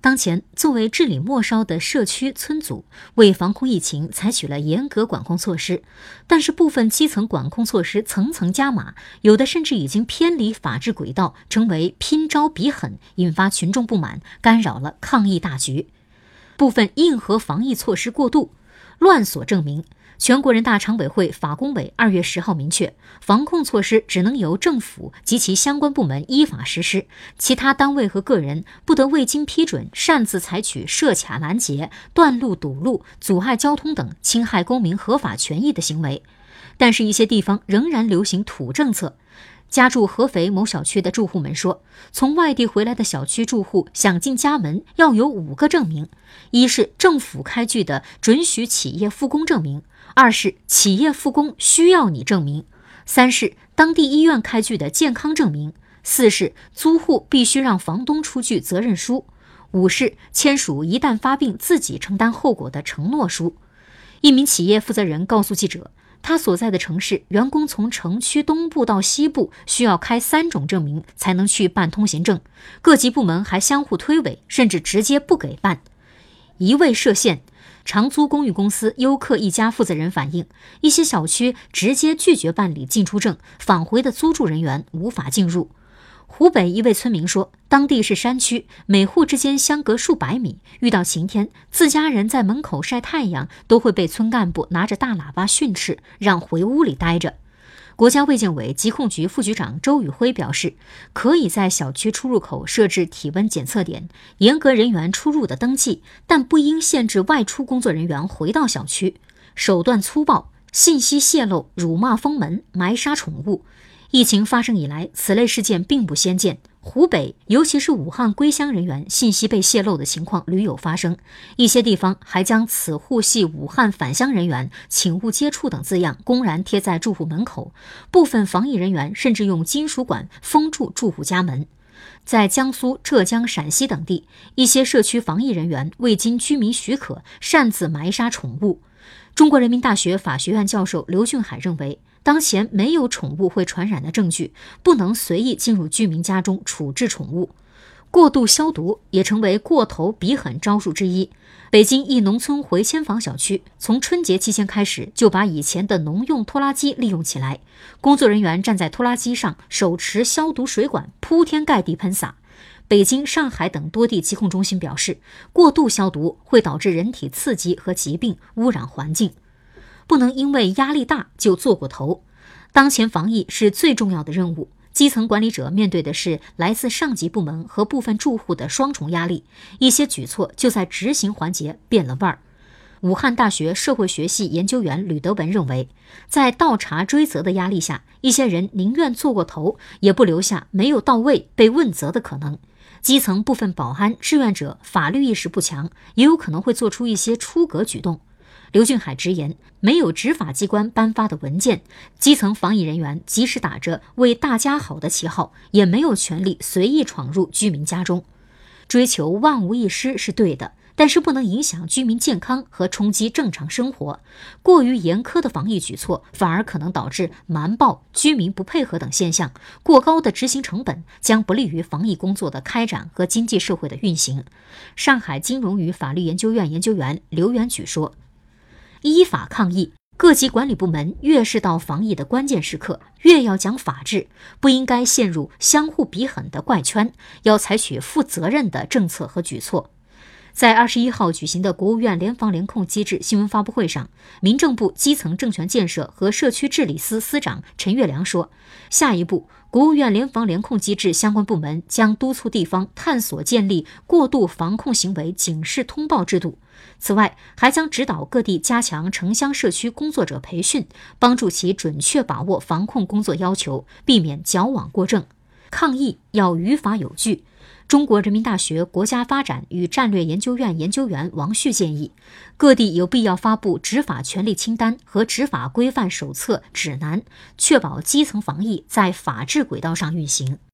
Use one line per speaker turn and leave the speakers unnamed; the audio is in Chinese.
当前，作为治理末梢的社区村组，为防控疫情采取了严格管控措施，但是部分基层管控措施层层加码，有的甚至已经偏离法治轨道，成为拼招比狠，引发群众不满，干扰了抗疫大局。部分硬核防疫措施过度，乱所证明。全国人大常委会法工委2月10号明确，防控措施只能由政府及其相关部门依法实施，其他单位和个人不得未经批准擅自采取设卡拦截、断路堵路、阻碍交通等侵害公民合法权益的行为。但是，一些地方仍然流行土政策。家住合肥某小区的住户们说，从外地回来的小区住户想进家门要有5个证明：一是政府开具的准许企业复工证明；2是企业复工需要你证明；3是当地医院开具的健康证明；4是租户必须让房东出具责任书；5是签署一旦发病自己承担后果的承诺书。一名企业负责人告诉记者，他所在的城市员工从城区东部到西部需要开3种证明才能去办通行证，各级部门还相互推诿，甚至直接不给办。一味设限，长租公寓公司优客一家负责人反映，一些小区直接拒绝办理进出证，返回的租住人员无法进入。湖北一位村民说，当地是山区，每户之间相隔数百米，遇到晴天，自家人在门口晒太阳，都会被村干部拿着大喇叭训斥，让回屋里待着。国家卫健委疾控局副局长周宇辉表示，可以在小区出入口设置体温检测点，严格人员出入的登记，但不应限制外出工作人员回到小区。手段粗暴，信息泄露，辱骂封门，埋杀宠物。疫情发生以来，此类事件并不鲜见。湖北，尤其是武汉归乡人员信息被泄露的情况屡有发生，一些地方还将此户系武汉返乡人员请勿接触等字样公然贴在住户门口，部分防疫人员甚至用金属管封住住户家门。在江苏、浙江、陕西等地，一些社区防疫人员未经居民许可擅自埋杀宠物。中国人民大学法学院教授刘俊海认为，当前没有宠物会传染的证据，不能随意进入居民家中处置宠物。过度消毒也成为过头比狠招数之一。北京一农村回迁房小区从春节期间开始就把以前的农用拖拉机利用起来，工作人员站在拖拉机上，手持消毒水管铺天盖地喷洒。北京、上海等多地疾控中心表示，过度消毒会导致人体刺激和疾病，污染环境。不能因为压力大就做过头。当前防疫是最重要的任务，基层管理者面对的是来自上级部门和部分住户的双重压力，一些举措就在执行环节变了味儿。武汉大学社会学系研究员吕德文认为，在倒查追责的压力下，一些人宁愿做过头，也不留下没有到位被问责的可能。基层部分保安志愿者法律意识不强，也有可能会做出一些出格举动。刘俊海直言，没有执法机关颁发的文件，基层防疫人员即使打着为大家好的旗号，也没有权利随意闯入居民家中。追求万无一失是对的，但是不能影响居民健康和冲击正常生活。过于严苛的防疫举措反而可能导致瞒报、居民不配合等现象，过高的执行成本将不利于防疫工作的开展和经济社会的运行。上海金融与法律研究院研究员刘元举说，依法抗疫，各级管理部门越是到防疫的关键时刻，越要讲法治，不应该陷入相互比狠的怪圈，要采取负责任的政策和举措。在21号举行的国务院联防联控机制新闻发布会上，民政部基层政权建设和社区治理司司长陈月良说，下一步，国务院联防联控机制相关部门将督促地方探索建立过度防控行为警示通报制度。此外，还将指导各地加强城乡社区工作者培训，帮助其准确把握防控工作要求，避免矫枉过正。抗疫要于法有据。中国人民大学国家发展与战略研究院研究员王旭建议，各地有必要发布执法权力清单和执法规范手册、指南，确保基层防疫在法治轨道上运行。